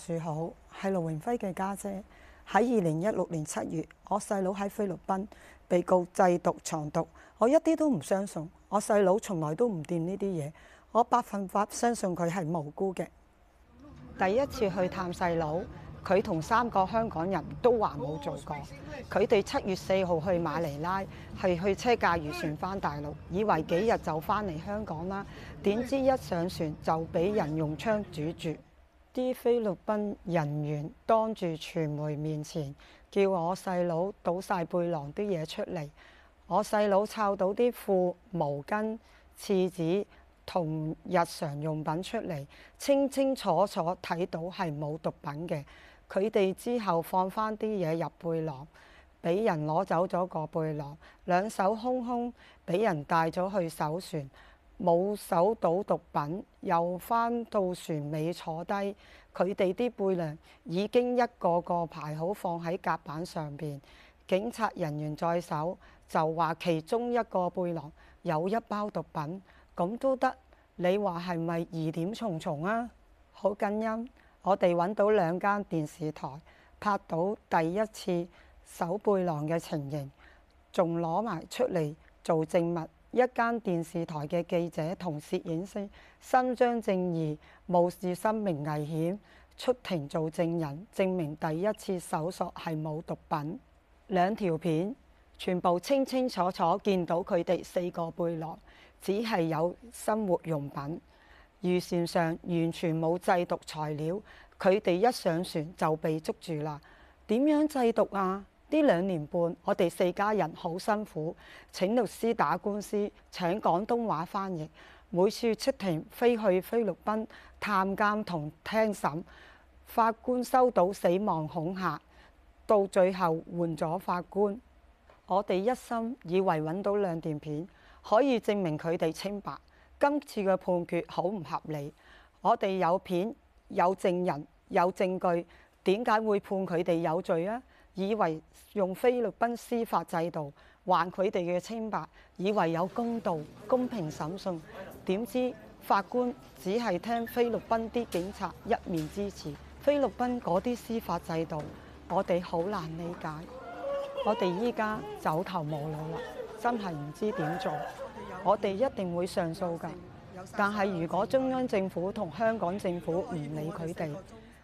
樹好，係盧榮輝嘅家姐。喺2016年7月，我細佬喺菲律賓被告製毒藏毒，我一啲都唔相信。我細佬從來都唔掂呢啲嘢，我100%相信佢係無辜嘅。第一次去探細佬，佢同3個香港人都話冇做過。佢哋7月4號去馬尼拉，係去車駕漁船返大陸，以為幾日就返嚟香港啦。點知一上船就俾人用槍指住。啲菲律賓人員當住傳媒面前叫我細佬倒晒背囊啲嘢出嚟。我細佬摷到啲褲、毛巾、廁紙同日常用品出嚟，清清楚楚睇到係冇毒品嘅。佢哋之後放返啲嘢入背囊，俾人攞走咗個背囊，兩手空空，俾人帶咗去搜船，冇搜到毒品，又返到船尾坐低。佢哋啲背囊已經一個個排好放喺甲板上邊。警察人員在手就話其中一個背囊有1包毒品，咁都得？你話係咪疑點重重啊？好感恩，我哋揾到2間電視台拍到第一次搜背囊嘅情形，仲攞埋出嚟做證物。一間電視台嘅記者同攝影師伸張正義，冒視生命危險出庭做證人，證明第一次搜索係冇毒品。2條片全部清清楚楚見到佢哋4個背囊只係有生活用品，漁船上完全冇製毒材料。佢哋一上船就被捉住啦。點樣製毒啊？呢2年半，我哋4家人好辛苦，請律師打官司，請廣東話翻譯。每次出庭飛去菲律賓探監同聽審，法官收到死亡恐嚇，到最後換咗法官。我哋一心以為揾到2段片可以證明佢哋清白。今次嘅判決好唔合理。我哋有片、有證人、有證據，點解會判佢哋有罪啊？以為用菲律賓司法制度還佢哋嘅清白，以為有公道、公平審訊，點知法官只係聽菲律賓啲警察一面之詞。菲律賓嗰啲司法制度，我哋好難理解。我哋依家走投無路啦，真係唔知點做。我哋一定會上訴㗎，但係如果中央政府同香港政府唔理佢哋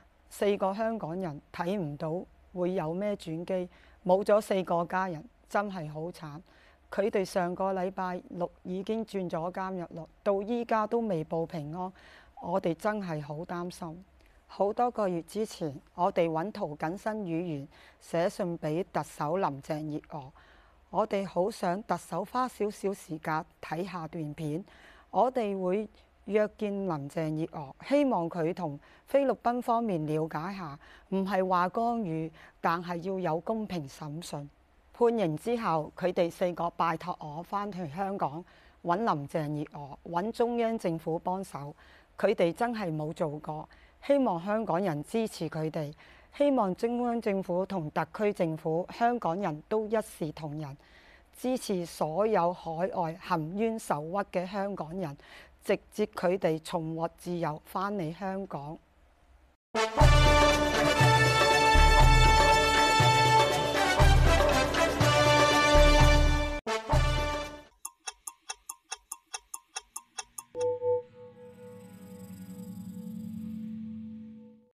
，4個香港人睇唔到會有咩轉機，冇咗4個家人，真係好慘。佢哋上個禮拜6已經轉咗監入咯，到依家都未報平安，我哋真係好擔心。好多個月之前，我哋揾涂謹申議員寫信俾特首林鄭月娥，我哋好想特首花少少時間睇下段片，我哋會約見林鄭月娥，希望佢同菲律賓方面了解下，唔係話干預，但係要有公平審訊。判刑之後，佢哋4個拜託我返去香港揾林鄭月娥，揾中央政府幫手。佢哋真係冇做過，希望香港人支持佢哋，希望中央政府同特區政府、香港人都一視同仁，支持所有海外含冤受屈嘅香港人，直接佢哋重獲自由返嚟香港。